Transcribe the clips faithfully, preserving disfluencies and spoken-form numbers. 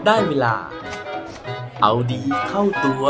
ได้เวลาเอาดีเข้าตัว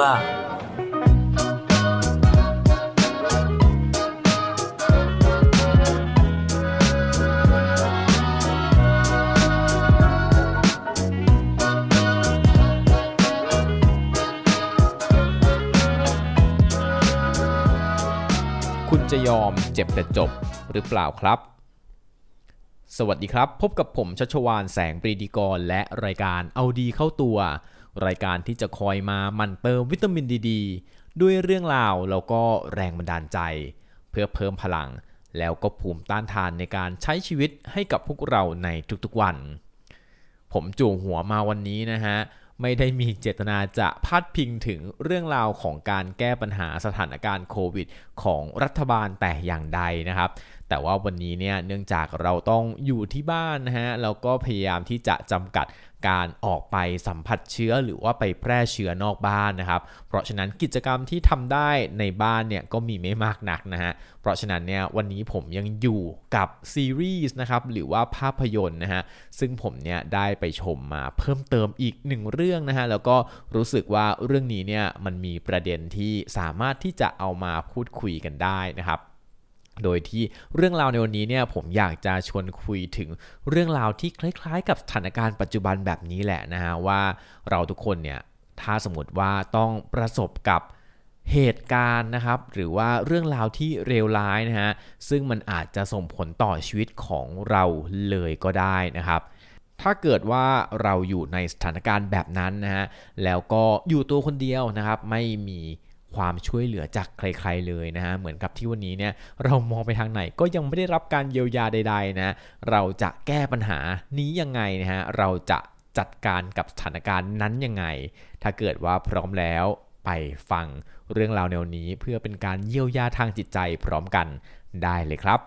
คุณจะยอมเจ็บแต่จบหรือเปล่าครับสวัสดีครับพบกับผมชัชวาลแสงปรีดีกรและรายการเอาดีเข้าตัวรายการที่จะคอยมาหมั่นเติมวิตามินดีดีด้วยเรื่องราวแล้วก็แรงบันดาลใจเพื่อเพิ่มพลังแล้วก็ภูมิต้านทานในการใช้ชีวิตให้กับพวกเราในทุกๆวันผมจู่หัวมาวันนี้นะฮะไม่ได้มีเจตนาจะพาดพิงถึงเรื่องราวของการแก้ปัญหาสถานการณ์โควิดของรัฐบาลแต่อย่างใดนะครับแต่ว่าวันนี้เนี่ยเนื่องจากเราต้องอยู่ที่บ้านนะฮะเราก็พยายามที่จะจำกัดการออกไปสัมผัสเชื้อหรือว่าไปแพร่เชื้อนอกบ้านนะครับเพราะฉะนั้นกิจกรรมที่ทำได้ในบ้านเนี่ยก็มีไม่มากนักนะฮะเพราะฉะนั้นเนี่ยวันนี้ผมยังอยู่กับซีรีส์นะครับหรือว่าภาพยนตร์นะฮะซึ่งผมเนี่ยได้ไปชมมาเพิ่มเติมอีกหนึ่งเรื่องนะฮะแล้วก็รู้สึกว่าเรื่องนี้เนี่ยมันมีประเด็นที่สามารถที่จะเอามาพูดคุยกันได้นะครับโดยที่เรื่องราวในวันนี้เนี่ยผมอยากจะชวนคุยถึงเรื่องราวที่คล้ายๆกับสถานการณ์ปัจจุบันแบบนี้แหละนะฮะว่าเราทุกคนเนี่ยถ้าสมมติว่าต้องประสบกับเหตุการณ์นะครับหรือว่าเรื่องราวที่เลวร้ายนะฮะซึ่งมันอาจจะส่งผลต่อชีวิตของเราเลยก็ได้นะครับถ้าเกิดว่าเราอยู่ในสถานการณ์แบบนั้นนะฮะแล้วก็อยู่ตัวคนเดียวนะครับไม่มีความช่วยเหลือจากใครๆเลยนะฮะเหมือนกับที่วันนี้เนี่ยเรามองไปทางไหนก็ยังไม่ได้รับการเยียวยาใดๆนะเราจะแก้ปัญหานี้ยังไงนะฮะเราจะจัดการกับสถานการณ์นั้นยังไงถ้าเกิดว่าพร้อมแล้วไปฟังเรื่องราวแนวนี้เพื่อเป็นการเยียวยาทางจิตใจพร้อมกันได้เลยครับ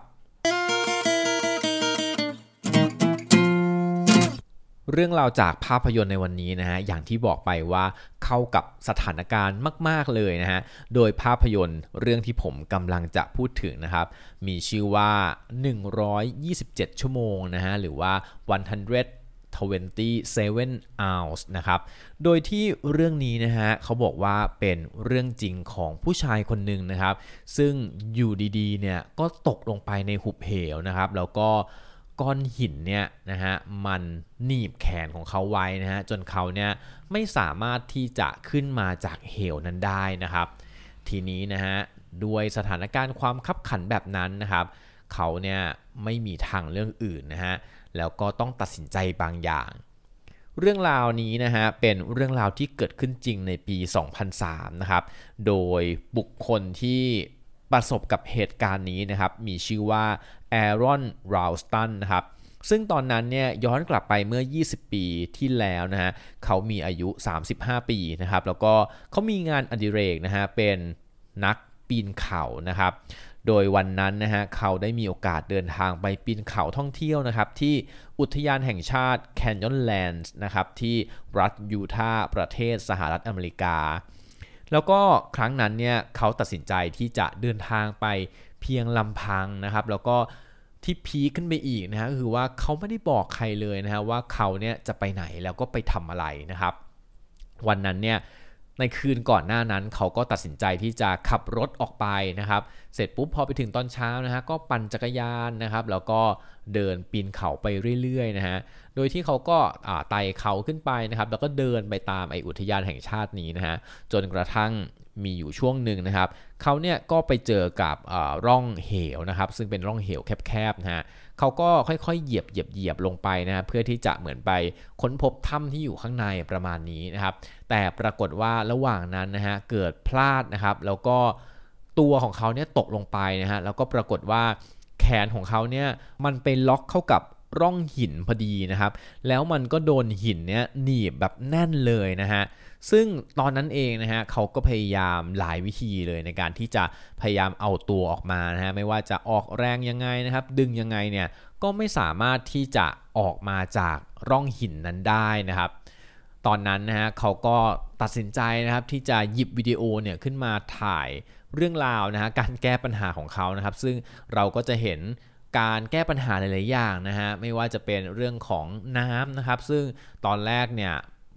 เรื่องราวจากภาพยนตร์ในวันนี้นะฮะอย่างที่บอกไปว่าเข้ากับสถานการณ์มากๆเลยนะฮะโดยภาพยนตร์เรื่องที่ผมกำลังจะพูดถึงนะครับมีชื่อว่าหนึ่งร้อยยี่สิบเจ็ดชั่วโมงนะฮะหรือว่าหนึ่งร้อยยี่สิบเจ็ด hours นะครับโดยที่เรื่องนี้นะฮะเขาบอกว่าเป็นเรื่องจริงของผู้ชายคนหนึ่งนะครับซึ่งอยู่ดีๆเนี่ยก็ตกลงไปในหุบเหวนะครับแล้วก็ก้อนหินเนี่ยนะฮะมันหนีบแขนของเขาไว้นะฮะจนเขาเนี่ยไม่สามารถที่จะขึ้นมาจากเหวนั้นได้นะครับทีนี้นะฮะด้วยสถานการณ์ความคับขันแบบนั้นนะครับเขาเนี่ยไม่มีทางเรื่องอื่นนะฮะแล้วก็ต้องตัดสินใจบางอย่างเรื่องราวนี้นะฮะเป็นเรื่องราวที่เกิดขึ้นจริงในปีสองพันสามนะครับโดยบุคคลที่ประสบกับเหตุการณ์นี้นะครับมีชื่อว่าแอรอน ราวสตันนะครับซึ่งตอนนั้นเนี่ยย้อนกลับไปเมื่อยี่สิบปีที่แล้วนะฮะเขามีอายุสามสิบห้าปีนะครับแล้วก็เขามีงานอดิเรกนะฮะเป็นนักปีนเขานะครับโดยวันนั้นนะฮะเขาได้มีโอกาสเดินทางไปปีนเขาท่องเที่ยวนะครับที่อุทยานแห่งชาติแคนยอนแลนด์นะครับที่รัฐยูทาห์ประเทศสหรัฐอเมริกาแล้วก็ครั้งนั้นเนี่ยเขาตัดสินใจที่จะเดินทางไปเพียงลำพังนะครับแล้วก็ที่พีคขึ้นไปอีกนะฮะคือว่าเขาไม่ได้บอกใครเลยนะฮะว่าเขาเนี่ยจะไปไหนแล้วก็ไปทำอะไรนะครับวันนั้นเนี่ยในคืนก่อนหน้านั้นเขาก็ตัดสินใจที่จะขับรถออกไปนะครับเสร็จปุ๊บพอไปถึงตอนเช้านะฮะก็ปั่นจักรยานนะครับแล้วก็เดินปีนเขาไปเรื่อยๆนะฮะโดยที่เขาก็ไต่เขาขึ้นไปนะครับแล้วก็เดินไปตามไออุทยานแห่งชาตินี้นะฮะจนกระทั่งมีอยู่ช่วงหนึ่งนะครับเขาเนี่ยก็ไปเจอกับร่องเหวนะครับซึ่งเป็นร่องเหวแคบๆนะฮะเขาก็ค่อยๆเหยียบเหยียบเหยียบลงไปนะฮะเพื่อที่จะเหมือนไปค้นพบถ้ำที่อยู่ข้างในประมาณนี้นะครับแต่ปรากฏว่าระหว่างนั้นนะฮะเกิดพลาดนะครับแล้วก็ตัวของเขาเนี่ยตกลงไปนะฮะแล้วก็ปรากฏว่าแขนของเขาเนี่ยมันไปล็อกเข้ากับร่องหินพอดีนะครับแล้วมันก็โดนหินเนี่ยหนีบแบบแน่นเลยนะฮะซึ่งตอนนั้นเองนะฮะเขาก็พยายามหลายวิธีเลยในการที่จะพยายามเอาตัวออกมานะฮะไม่ว่าจะออกแรงยังไงนะครับดึงยังไงเนี่ยก็ไม่สามารถที่จะออกมาจากร่องหินนั้นได้นะครับตอนนั้นนะฮะเขาก็ตัดสินใจนะครับที่จะหยิบวิดีโอเนี่ยขึ้นมาถ่ายเรื่องราวนะฮะการแก้ปัญหาของเขานะครับซึ่งเราก็จะเห็นการแก้ปัญหาหลายๆอย่างนะฮะไม่ว่าจะเป็นเรื่องของน้ำนะครับซึ่งตอนแรกเนี่ย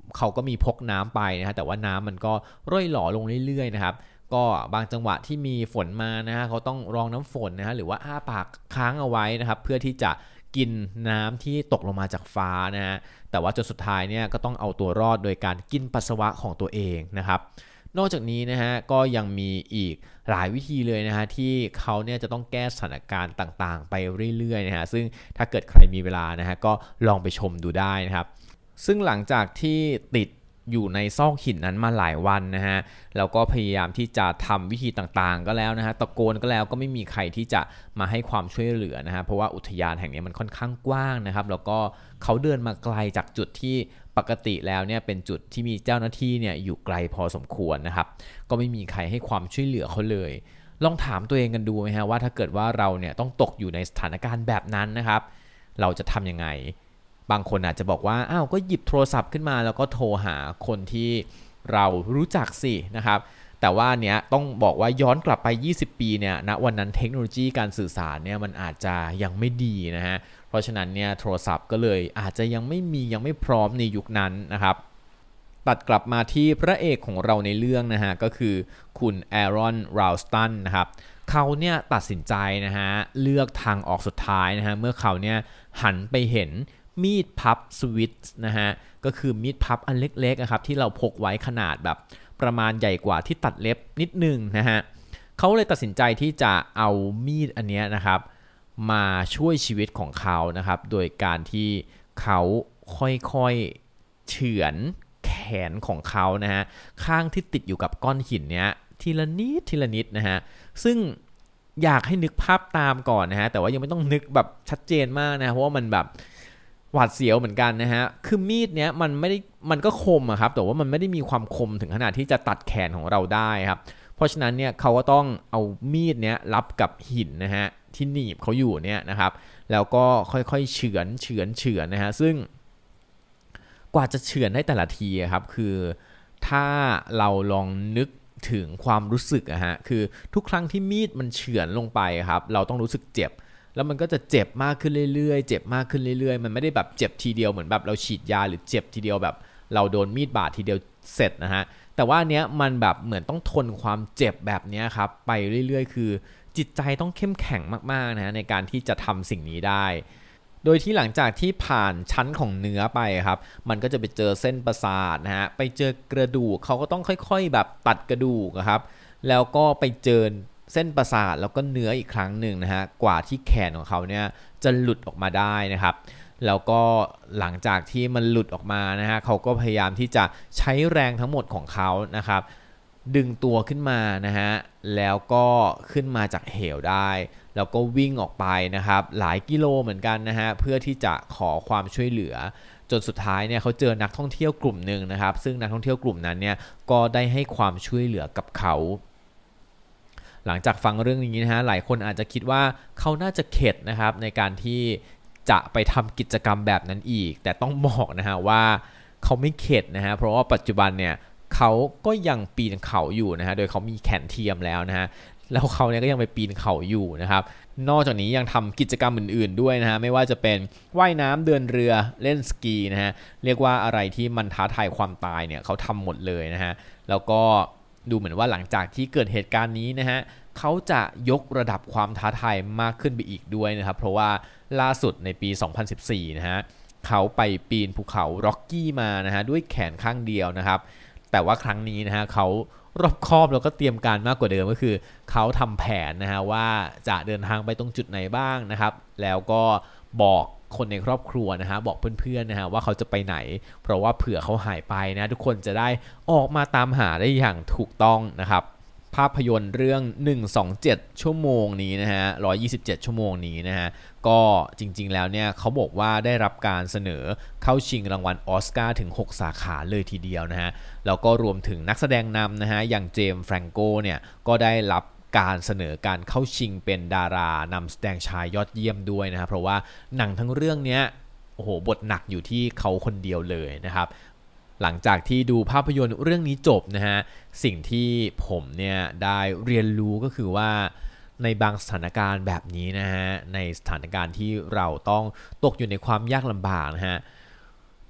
เขาก็มีพกน้ำไปนะฮะแต่ว่าน้ำมันก็ร่อยหล่อลงเรื่อยๆนะครับก็บางจังหวะที่มีฝนมานะฮะเขาต้องรองน้ำฝนนะฮะหรือว่าอ้าปากค้างเอาไว้นะครับเพื่อที่จะกินน้ำที่ตกลงมาจากฟ้านะฮะแต่ว่าจนสุดท้ายเนี่ยก็ต้องเอาตัวรอดโดยการกินปัสสาวะของตัวเองนะครับนอกจากนี้นะฮะก็ยังมีอีกหลายวิธีเลยนะฮะที่เขาเนี่ยจะต้องแก้สถานการณ์ต่างๆไปเรื่อยๆนะฮะซึ่งถ้าเกิดใครมีเวลานะฮะก็ลองไปชมดูได้นะครับซึ่งหลังจากที่ติดอยู่ในซอกหินนั้นมาหลายวันนะฮะแล้วก็พยายามที่จะทำวิธีต่างๆก็แล้วนะฮะตะโกนก็แล้วก็ไม่มีใครที่จะมาให้ความช่วยเหลือนะฮะเพราะว่าอุทยานแห่งนี้มันค่อนข้างกว้างนะครับแล้วก็เขาเดินมาไกลจากจุดที่ปกติแล้วเนี่ยเป็นจุดที่มีเจ้าหน้าที่เนี่ยอยู่ไกลพอสมควรนะครับก็ไม่มีใครให้ความช่วยเหลือเขาเลยลองถามตัวเองกันดูไหมฮะว่าถ้าเกิดว่าเราเนี่ยต้องตกอยู่ในสถานการณ์แบบนั้นนะครับเราจะทำยังไงบางคนอาจจะบอกว่าอ้าวก็หยิบโทรศัพท์ขึ้นมาแล้วก็โทรหาคนที่เรารู้จักสินะครับแต่ว่าเนี้ยต้องบอกว่าย้อนกลับไปยี่สิบปีเนี่ยณวันนั้นเทคโนโลยีการสื่อสารเนี่ยมันอาจจะยังไม่ดีนะฮะเพราะฉะนั้นเนี่ยโทรศัพท์ก็เลยอาจจะยังไม่มียังไม่พร้อมในยุคนั้นนะครับตัดกลับมาที่พระเอกของเราในเรื่องนะฮะก็คือคุณแอรอนราลสตันนะครับเขาเนี่ยตัดสินใจนะฮะเลือกทางออกสุดท้ายนะฮะเมื่อเขาเนี่ยหันไปเห็นมีดพับสวิตช์นะฮะก็คือมีดพับอันเล็กๆนะครับที่เราพกไว้ขนาดแบบประมาณใหญ่กว่าที่ตัดเล็บนิดนึงนะฮะเขาเลยตัดสินใจที่จะเอามีดอันนี้นะครับมาช่วยชีวิตของเขานะครับโดยการที่เขาค่อยๆเฉือนแขนของเขานะฮะข้างที่ติดอยู่กับก้อนหินเนี้ยทีละนิดทีละนิดนะฮะซึ่งอยากให้นึกภาพตามก่อนนะฮะแต่ว่ายังไม่ต้องนึกแบบชัดเจนมากนะเพราะว่ามันแบบหวาดเสียวเหมือนกันนะฮะคือมีดเนี้ยมันไม่ได้มันก็คมอะครับแต่ว่ามันไม่ได้มีความคมถึงขนาดที่จะตัดแขนของเราได้ครับเพราะฉะนั้นเนี่ยเขาก็ต้องเอามีดเนี้ยรับกับหินนะฮะที่หนีบเขาอยู่เนี่ยนะครับแล้วก็ค่อยๆเฉือนเฉือนเฉือนนะฮะซึ่งกว่าจะเฉือนได้แต่ละทีครับคือถ้าเราลองนึกถึงความรู้สึกอะฮะคือทุกครั้งที่มีดมันเฉือนลงไปครับเราต้องรู้สึกเจ็บแล้วมันก็จะเจ็บมากขึ้นเรื่อยๆเจ็บมากขึ้นเรื่อยๆมันไม่ได้แบบเจ็บทีเดียวเหมือนแบบเราฉีดยาหรือเจ็บทีเดียวแบบเราโดนมีดบาดทีเดียวเสร็จนะฮะแต่ว่าอันเนี้ยมันแบบเหมือนต้องทนความเจ็บแบบนี้ครับไปเรื่อยๆคือจิตใจต้องเข้มแข็งมากๆนะฮะในการที่จะทำสิ่งนี้ได้โดยที่หลังจากที่ผ่านชั้นของเนื้อไปครับมันก็จะไปเจอเส้นประสาทนะฮะไปเจอกระดูกเขาก็ต้องค่อยๆแบบตัดกระดูกครับแล้วก็ไปเจอเส้นประสาทแล้วก็เนื้ออีกครั้งหนึ่งนะฮะกว่าที่แขนของเขาเนี่ยจะหลุดออกมาได้นะครับแล้วก็หลังจากที่มันหลุดออกมานะฮะเขาก็พยายามที่จะใช้แรงทั้งหมดของเขานะครับดึงตัวขึ้นมานะฮะแล้วก็ขึ้นมาจากเหวได้แล้วก็วิ่งออกไปนะครับหลายกิโลเหมือนกันนะฮะเพื่อที่จะขอความช่วยเหลือจนสุดท้ายเนี่ยเขาเจอนักท่องเที่ยวกลุ่มหนึ่งนะครับซึ่งนักท่องเที่ยวกลุ่มนั้นเนี่ยก็ได้ให้ความช่วยเหลือกับเขาหลังจากฟังเรื่องนี้นะฮะหลายคนอาจจะคิดว่าเขาน่าจะเข็ดนะครับในการที่จะไปทำกิจกรรมแบบนั้นอีกแต่ต้องบอกนะฮะว่าเขาไม่เข็ดนะฮะเพราะว่าปัจจุบันเนี่ยเขาก็ยังปีนเขาอยู่นะฮะโดยเขามีแขนเทียมแล้วนะฮะแล้วเขาเนี่ยก็ยังไปปีนเขาอยู่นะครับนอกจากนี้ยังทำกิจกรรมอื่นๆด้วยนะฮะไม่ว่าจะเป็นว่ายน้ำเดินเรือเล่นสกีนะฮะเรียกว่าอะไรที่มันท้าทายความตายเนี่ยเขาทำหมดเลยนะฮะแล้วก็ดูเหมือนว่าหลังจากที่เกิดเหตุการณ์นี้นะฮะเขาจะยกระดับความท้าทายมากขึ้นไปอีกด้วยนะครับเพราะว่าล่าสุดในปีสองพันสิบสี่นะฮะเขาไปปีนภูเขาร็อกกี้มานะฮะด้วยแขนข้างเดียวนะครับแต่ว่าครั้งนี้นะฮะเขารอบคอบแล้วก็เตรียมการมากกว่าเดิมก็คือเขาทำแผนนะฮะว่าจะเดินทางไปตรงจุดไหนบ้างนะครับแล้วก็บอกคนในครอบครัวนะฮะบอกเพื่อนๆนะฮะว่าเขาจะไปไหนเพราะว่าเผื่อเขาหายไปนะทุกคนจะได้ออกมาตามหาได้อย่างถูกต้องนะครับภาพยนตร์เรื่องหนึ่งร้อยยี่สิบเจ็ดชั่วโมงนี้นะฮะหนึ่งร้อยยี่สิบเจ็ดชั่วโมงนี้นะฮะก็จริงๆแล้วเนี่ยเขาบอกว่าได้รับการเสนอเข้าชิงรางวัลออสการ์ถึงหกสาขาเลยทีเดียวนะฮะแล้วก็รวมถึงนักแสดงนำนะฮะอย่างเจมส์แฟรงโกเนี่ยก็ได้รับการเสนอการเข้าชิงเป็นดารานำแสดงชายยอดเยี่ยมด้วยนะฮะเพราะว่าหนังทั้งเรื่องเนี้ยโอ้โหบทหนักอยู่ที่เขาคนเดียวเลยนะครับหลังจากที่ดูภาพยนตร์เรื่องนี้จบนะฮะสิ่งที่ผมเนี่ยได้เรียนรู้ก็คือว่าในบางสถานการณ์แบบนี้นะฮะในสถานการณ์ที่เราต้องตกอยู่ในความยากลำบากนะฮะ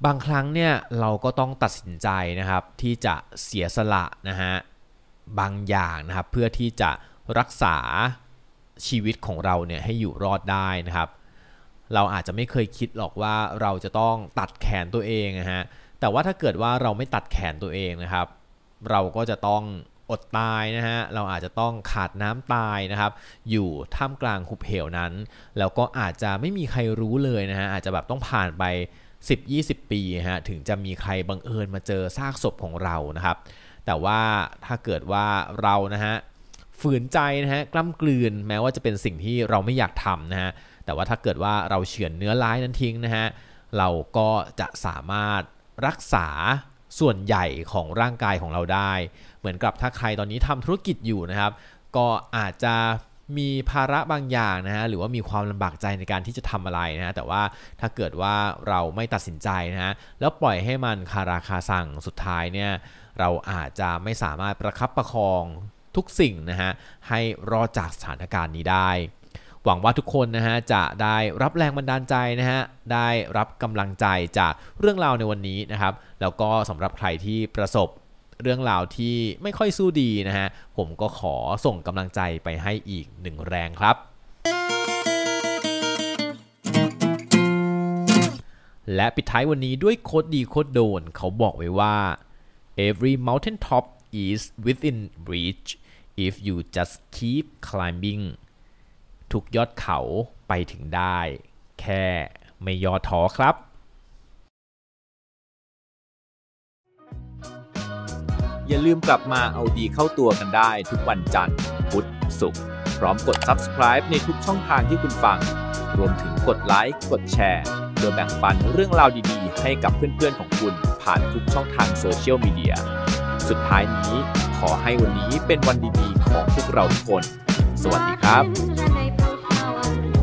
บางครั้งเนี่ยเราก็ต้องตัดสินใจนะครับที่จะเสียสละนะฮะบางอย่างนะครับเพื่อที่จะรักษาชีวิตของเราเนี่ยให้อยู่รอดได้นะครับเราอาจจะไม่เคยคิดหรอกว่าเราจะต้องตัดแขนตัวเองนะฮะแต่ว่าถ้าเกิดว่าเราไม่ตัดแขนตัวเองนะครับเราก็จะต้องอดตายนะฮะเราอาจจะต้องขาดน้ำตายนะครับอยู่ท่ามกลางหุบเหวนั้นแล้วก็อาจจะไม่มีใครรู้เลยนะฮะอาจจะแบบต้องผ่านไปสิบ ยี่สิบ ปีฮะถึงจะมีใครบังเอิญมาเจอซากศพของเรานะครับแต่ว่าถ้าเกิดว่าเรานะฮะฝืนใจนะฮะกล้ำกลืนแม้ว่าจะเป็นสิ่งที่เราไม่อยากทำนะฮะแต่ว่าถ้าเกิดว่าเราเฉือนเนื้อร้ายนั้นทิ้งนะฮะเราก็จะสามารถรักษาส่วนใหญ่ของร่างกายของเราได้เหมือนกับถ้าใครตอนนี้ทำธุรกิจอยู่นะครับก็อาจจะมีภาระบางอย่างนะฮะหรือว่ามีความลำบากใจในการที่จะทำอะไรนะฮะแต่ว่าถ้าเกิดว่าเราไม่ตัดสินใจนะฮะแล้วปล่อยให้มันคาราคาซังสุดท้ายเนี่ยเราอาจจะไม่สามารถประคับประคองทุกสิ่งนะฮะให้รอดจากสถานการณ์นี้ได้หวังว่าทุกคนนะฮะจะได้รับแรงบันดาลใจนะฮะได้รับกำลังใจจากเรื่องราวในวันนี้นะครับแล้วก็สำหรับใครที่ประสบเรื่องราวที่ไม่ค่อยสู้ดีนะฮะผมก็ขอส่งกำลังใจไปให้อีกหนึ่งแรงครับและปิดท้ายวันนี้ด้วยโค้ดดีโค้ดโดนเขาบอกไว้ว่า every mountain top is within reach if you just keep climbing ทุกยอดเขาไปถึงได้แค่ไม่ย่อท้อครับอย่าลืมกลับมาเอาดีเข้าตัวกันได้ทุกวันจันทร์พุธศุกร์พร้อมกด Subscribe ในทุกช่องทางที่คุณฟังรวมถึงกดไลค์กดแชร์โดยแบ่งปันเรื่องราวดีๆให้กับเพื่อนๆของคุณผ่านทุกช่องทางโซเชียลมีเดียสุดท้ายนี้ขอให้วันนี้เป็นวันดีๆของพวกเราทุกคนสวัสดีครับ